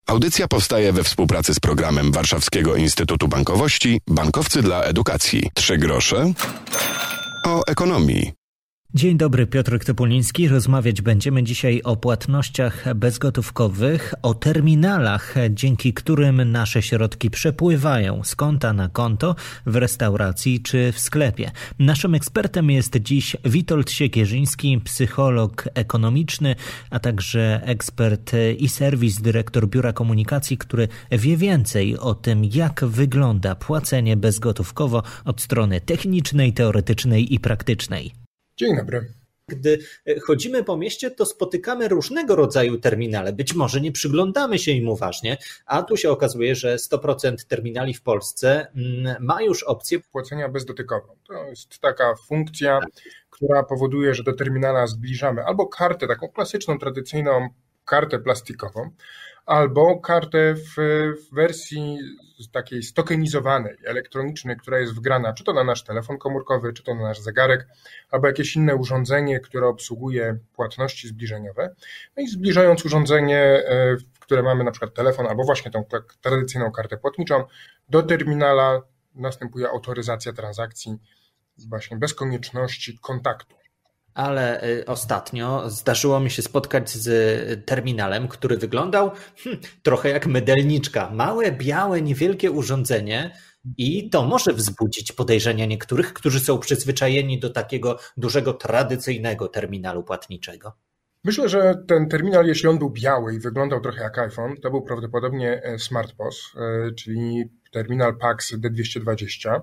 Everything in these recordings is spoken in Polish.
Audycja powstaje we współpracy z programem Warszawskiego Instytutu Bankowości Bankowcy dla Edukacji. 3 grosze o ekonomii. Dzień dobry, Piotr Topuliński. Rozmawiać będziemy dzisiaj o płatnościach bezgotówkowych, o terminalach, dzięki którym nasze środki przepływają z konta na konto w restauracji czy w sklepie. Naszym ekspertem jest dziś Witold Siekierzyński, psycholog ekonomiczny, a także ekspert e-serwis, dyrektor Biura Komunikacji, który wie więcej o tym, jak wygląda płacenie bezgotówkowo od strony technicznej, teoretycznej i praktycznej. Dzień dobry. Gdy chodzimy po mieście, to spotykamy różnego rodzaju terminale. Być może nie przyglądamy się im uważnie, a tu się okazuje, że 100% terminali w Polsce ma już opcję płacenia bezdotykową. To jest taka funkcja, która powoduje, że do terminala zbliżamy albo kartę, taką klasyczną, tradycyjną kartę plastikową, albo kartę w wersji takiej stokenizowanej, elektronicznej, która jest wgrana czy to na nasz telefon komórkowy, czy to na nasz zegarek, albo jakieś inne urządzenie, które obsługuje płatności zbliżeniowe. No i zbliżając urządzenie, w które mamy na przykład telefon, albo właśnie tą tradycyjną kartę płatniczą, do terminala następuje autoryzacja transakcji właśnie bez konieczności kontaktu. Ale ostatnio zdarzyło mi się spotkać z terminalem, który wyglądał trochę jak mydelniczka. Małe, białe, niewielkie urządzenie i to może wzbudzić podejrzenia niektórych, którzy są przyzwyczajeni do takiego dużego, tradycyjnego terminalu płatniczego. Myślę, że ten terminal, jeśli on był biały i wyglądał trochę jak iPhone, to był prawdopodobnie SmartPOS, czyli terminal PAX D220.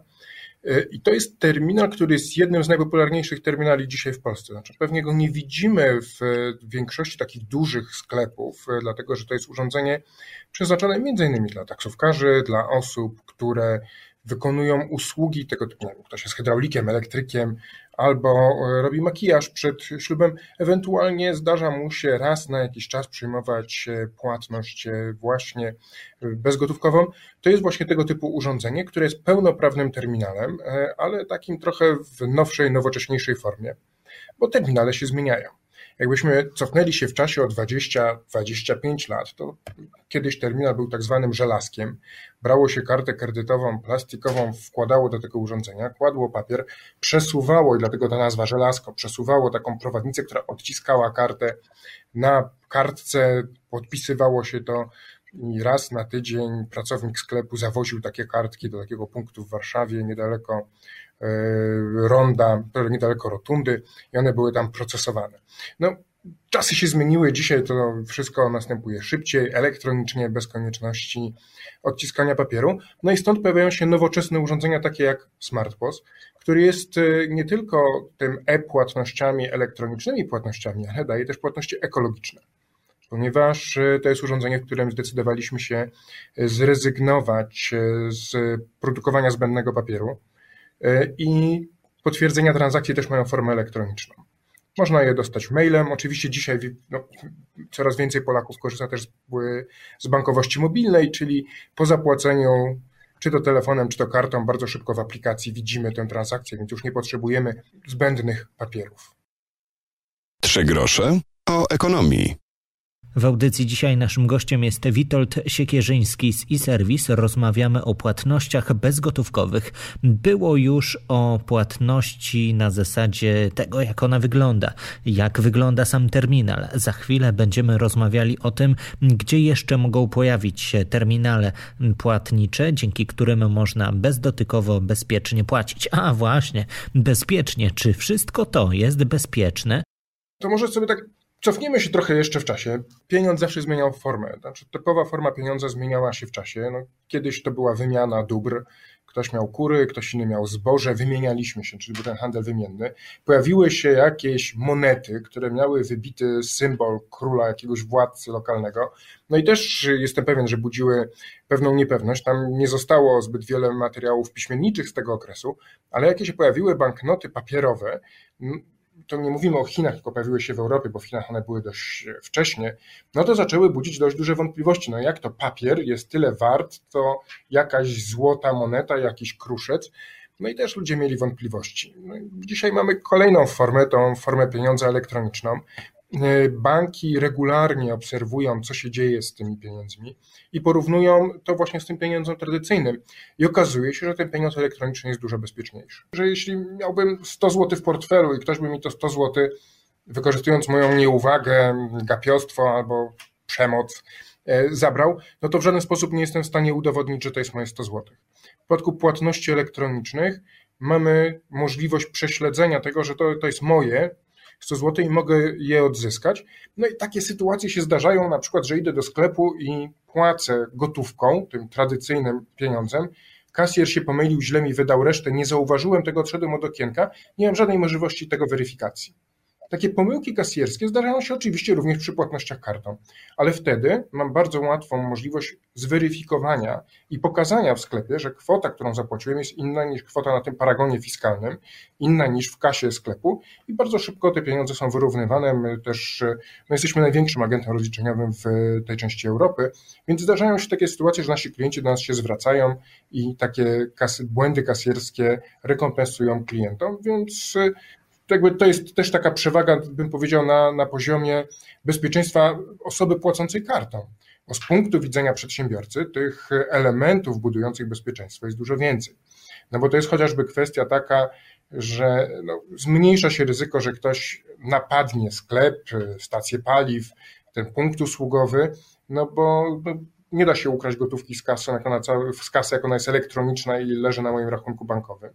I to jest terminal, który jest jednym z najpopularniejszych terminali dzisiaj w Polsce. Znaczy, pewnie go nie widzimy w większości takich dużych sklepów, dlatego że to jest urządzenie przeznaczone m.in. dla taksówkarzy, dla osób, które wykonują usługi tego typu. Ktoś jest hydraulikiem, elektrykiem albo robi makijaż przed ślubem. Ewentualnie zdarza mu się raz na jakiś czas przyjmować płatność właśnie bezgotówkową. To jest właśnie tego typu urządzenie, które jest pełnoprawnym terminalem, ale takim trochę w nowszej, nowocześniejszej formie, bo terminale się zmieniają. Jakbyśmy cofnęli się w czasie o 20-25 lat, to kiedyś terminal był tak zwanym żelazkiem. Brało się kartę kredytową, plastikową, wkładało do tego urządzenia, kładło papier, przesuwało, i dlatego ta nazwa żelazko, przesuwało taką prowadnicę, która odciskała kartę. Na kartce podpisywało się to i raz na tydzień pracownik sklepu zawoził takie kartki do takiego punktu w Warszawie, niedaleko ronda, niedaleko rotundy, i one były tam procesowane. No, czasy się zmieniły, dzisiaj to wszystko następuje szybciej, elektronicznie, bez konieczności odciskania papieru. No i stąd pojawiają się nowoczesne urządzenia takie jak SmartPOS, który jest nie tylko tym e-płatnościami, elektronicznymi płatnościami, ale daje też płatności ekologiczne, ponieważ to jest urządzenie, w którym zdecydowaliśmy się zrezygnować z produkowania zbędnego papieru i potwierdzenia transakcji też mają formę elektroniczną. Można je dostać mailem. Oczywiście dzisiaj coraz więcej Polaków korzysta też z bankowości mobilnej, czyli po zapłaceniu czy to telefonem, czy to kartą, bardzo szybko w aplikacji widzimy tę transakcję, więc już nie potrzebujemy zbędnych papierów. 3 grosze o ekonomii. W audycji dzisiaj naszym gościem jest Witold Siekierzyński z e-serwis. Rozmawiamy o płatnościach bezgotówkowych. Było już o płatności na zasadzie tego, jak ona wygląda, jak wygląda sam terminal. Za chwilę będziemy rozmawiali o tym, gdzie jeszcze mogą pojawić się terminale płatnicze, dzięki którym można bezdotykowo, bezpiecznie płacić. A właśnie, bezpiecznie. Czy wszystko to jest bezpieczne? To może sobie tak cofniemy się trochę jeszcze w czasie. Pieniądz zawsze zmieniał formę. Znaczy, typowa forma pieniądza zmieniała się w czasie. Kiedyś to była wymiana dóbr. Ktoś miał kury, ktoś inny miał zboże, wymienialiśmy się, czyli był ten handel wymienny. Pojawiły się jakieś monety, które miały wybity symbol króla, jakiegoś władcy lokalnego. No i też jestem pewien, że budziły pewną niepewność. Tam nie zostało zbyt wiele materiałów piśmienniczych z tego okresu, ale jakie się pojawiły banknoty papierowe, to nie mówimy o Chinach, tylko pojawiły się w Europie, bo w Chinach one były dość wcześnie, no to zaczęły budzić dość duże wątpliwości. No jak to papier jest tyle wart, to jakaś złota moneta, jakiś kruszec. No i też ludzie mieli wątpliwości. No i dzisiaj mamy kolejną formę, tą formę pieniądza elektroniczną. Banki regularnie obserwują, co się dzieje z tymi pieniędzmi i porównują to właśnie z tym pieniądzem tradycyjnym. I okazuje się, że ten pieniądz elektroniczny jest dużo bezpieczniejszy. Że jeśli miałbym 100 zł w portfelu i ktoś by mi to 100 zł, wykorzystując moją nieuwagę, gapiostwo albo przemoc, zabrał, no to w żaden sposób nie jestem w stanie udowodnić, że to jest moje 100 zł. W przypadku płatności elektronicznych mamy możliwość prześledzenia tego, że to jest moje 100 zł i mogę je odzyskać. No i takie sytuacje się zdarzają, na przykład, że idę do sklepu i płacę gotówką, tym tradycyjnym pieniądzem, kasjer się pomylił, źle mi wydał resztę, nie zauważyłem tego, odszedłem od okienka, nie mam żadnej możliwości tego weryfikacji. Takie pomyłki kasjerskie zdarzają się oczywiście również przy płatnościach kartą, ale wtedy mam bardzo łatwą możliwość zweryfikowania i pokazania w sklepie, że kwota, którą zapłaciłem, jest inna niż kwota na tym paragonie fiskalnym, inna niż w kasie sklepu i bardzo szybko te pieniądze są wyrównywane. My też jesteśmy największym agentem rozliczeniowym w tej części Europy, więc zdarzają się takie sytuacje, że nasi klienci do nas się zwracają i takie błędy kasjerskie rekompensują klientom, więc jakby to jest też taka przewaga, bym powiedział, na poziomie bezpieczeństwa osoby płacącej kartą. Bo z punktu widzenia przedsiębiorcy tych elementów budujących bezpieczeństwo jest dużo więcej. No bo to jest chociażby kwestia taka, że zmniejsza się ryzyko, że ktoś napadnie sklep, stację paliw, ten punkt usługowy, no bo nie da się ukraść gotówki z kasy, jak ona jest elektroniczna i leży na moim rachunku bankowym.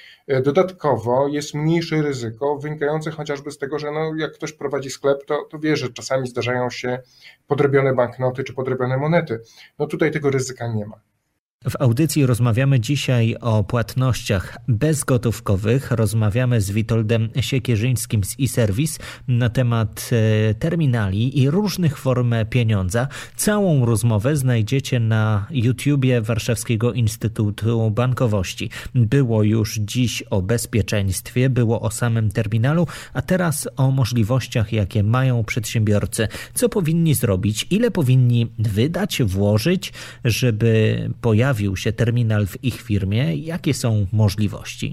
Dodatkowo jest mniejsze ryzyko wynikające chociażby z tego, że jak ktoś prowadzi sklep, to wie, że czasami zdarzają się podrobione banknoty czy podrobione monety. No tutaj tego ryzyka nie ma. W audycji rozmawiamy dzisiaj o płatnościach bezgotówkowych. Rozmawiamy z Witoldem Siekierzyńskim z eService na temat terminali i różnych form pieniądza. Całą rozmowę znajdziecie na YouTubie Warszawskiego Instytutu Bankowości. Było już dziś o bezpieczeństwie, było o samym terminalu, a teraz o możliwościach, jakie mają przedsiębiorcy. Co powinni zrobić, ile powinni wydać, włożyć, żeby pojawił się terminal w ich firmie, jakie są możliwości?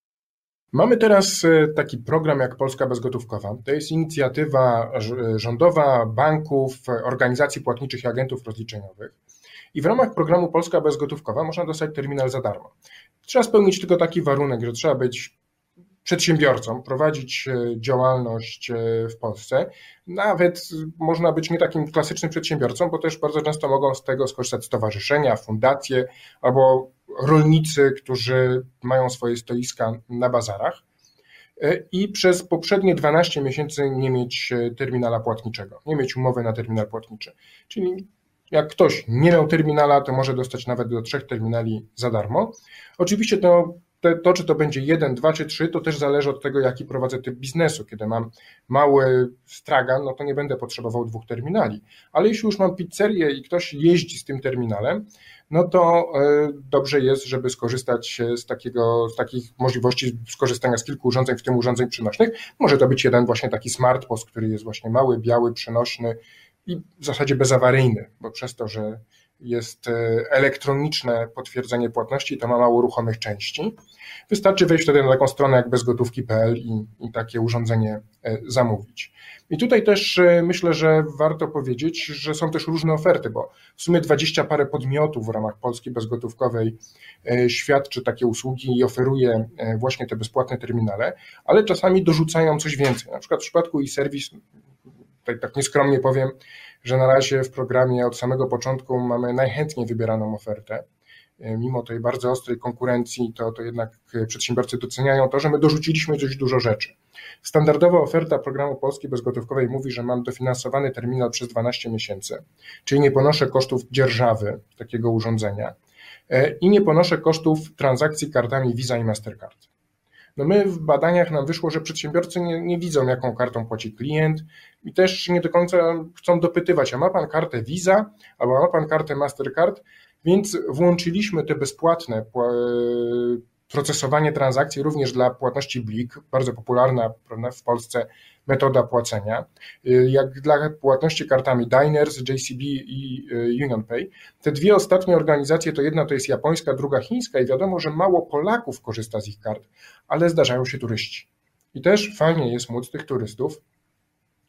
Mamy teraz taki program jak Polska Bezgotówkowa. To jest inicjatywa rządowa, banków, organizacji płatniczych i agentów rozliczeniowych. I w ramach programu Polska Bezgotówkowa można dostać terminal za darmo. Trzeba spełnić tylko taki warunek, że trzeba być przedsiębiorcą, prowadzić działalność w Polsce. Nawet można być nie takim klasycznym przedsiębiorcą, bo też bardzo często mogą z tego skorzystać stowarzyszenia, fundacje albo rolnicy, którzy mają swoje stoiska na bazarach i przez poprzednie 12 miesięcy nie mieć terminala płatniczego, nie mieć umowy na terminal płatniczy. Czyli jak ktoś nie miał terminala, to może dostać nawet do 3 terminali za darmo. Oczywiście to, czy to będzie 1, 2 czy 3, to też zależy od tego, jaki prowadzę typ biznesu. Kiedy mam mały stragan, no to nie będę potrzebował 2 terminali. Ale jeśli już mam pizzerię i ktoś jeździ z tym terminalem, no to dobrze jest, żeby skorzystać z takich możliwości skorzystania z kilku urządzeń, w tym urządzeń przenośnych. Może to być jeden właśnie taki smart POS, który jest właśnie mały, biały, przenośny i w zasadzie bezawaryjny, bo przez to, że jest elektroniczne potwierdzenie płatności, to ma mało ruchomych części. Wystarczy wejść wtedy na taką stronę jak bezgotówki.pl i takie urządzenie zamówić. I tutaj też myślę, że warto powiedzieć, że są też różne oferty, bo w sumie 20 parę podmiotów w ramach Polski Bezgotówkowej świadczy takie usługi i oferuje właśnie te bezpłatne terminale, ale czasami dorzucają coś więcej. Na przykład w przypadku eService, tutaj tak nieskromnie powiem, że na razie w programie od samego początku mamy najchętniej wybieraną ofertę. Mimo tej bardzo ostrej konkurencji, to jednak przedsiębiorcy doceniają to, że my dorzuciliśmy dość dużo rzeczy. Standardowa oferta programu Polskiej Bezgotówkowej mówi, że mam dofinansowany terminal przez 12 miesięcy, czyli nie ponoszę kosztów dzierżawy takiego urządzenia i nie ponoszę kosztów transakcji kartami Visa i Mastercard. No my w badaniach nam wyszło, że przedsiębiorcy nie widzą, jaką kartą płaci klient i też nie do końca chcą dopytywać, a ma pan kartę Visa albo ma pan kartę Mastercard, więc włączyliśmy te bezpłatne procesowanie transakcji również dla płatności Blik, bardzo popularna w Polsce metoda płacenia, jak dla płatności kartami Diners, JCB i UnionPay. Te 2 ostatnie organizacje, to jedna to jest japońska, druga chińska i wiadomo, że mało Polaków korzysta z ich kart, ale zdarzają się turyści. I też fajnie jest móc tych turystów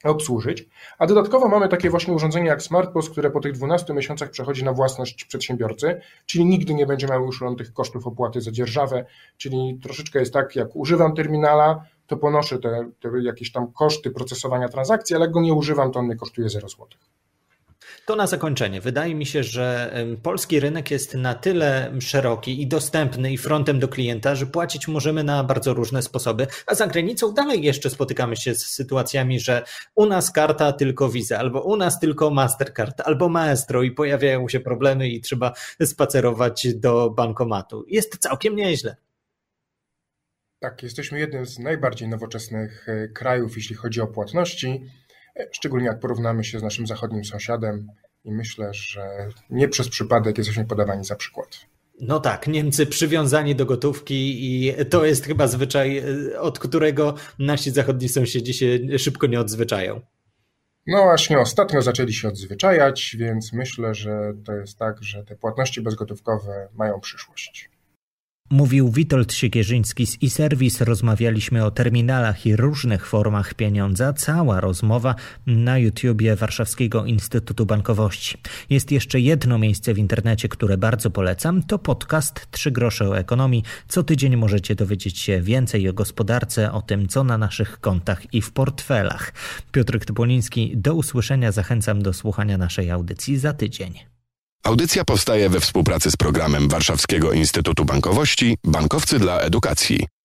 obsłużyć, a dodatkowo mamy takie właśnie urządzenie jak SmartPOS, które po tych 12 miesiącach przechodzi na własność przedsiębiorcy, czyli nigdy nie będzie miał już on tych kosztów opłaty za dzierżawę, czyli troszeczkę jest tak, jak używam terminala, to ponoszę te jakieś tam koszty procesowania transakcji, ale jak go nie używam, to on mnie kosztuje 0 zł. To na zakończenie. Wydaje mi się, że polski rynek jest na tyle szeroki i dostępny i frontem do klienta, że płacić możemy na bardzo różne sposoby, a za granicą dalej jeszcze spotykamy się z sytuacjami, że u nas karta tylko Visa, albo u nas tylko Mastercard, albo Maestro i pojawiają się problemy i trzeba spacerować do bankomatu. Jest całkiem nieźle. Tak, jesteśmy jednym z najbardziej nowoczesnych krajów, jeśli chodzi o płatności, szczególnie jak porównamy się z naszym zachodnim sąsiadem i myślę, że nie przez przypadek jesteśmy podawani za przykład. No tak, Niemcy przywiązani do gotówki i to jest chyba zwyczaj, od którego nasi zachodni sąsiedzi się szybko nie odzwyczają. No właśnie ostatnio zaczęli się odzwyczajać, więc myślę, że to jest tak, że te płatności bezgotówkowe mają przyszłość. Mówił Witold Siekierzyński z eService. Rozmawialiśmy o terminalach i różnych formach pieniądza. Cała rozmowa na YouTubie Warszawskiego Instytutu Bankowości. Jest jeszcze jedno miejsce w internecie, które bardzo polecam. To podcast 3 grosze o ekonomii. Co tydzień możecie dowiedzieć się więcej o gospodarce, o tym, co na naszych kontach i w portfelach. Piotrek Topoliński, do usłyszenia. Zachęcam do słuchania naszej audycji za tydzień. Audycja powstaje we współpracy z programem Warszawskiego Instytutu Bankowości Bankowcy dla Edukacji.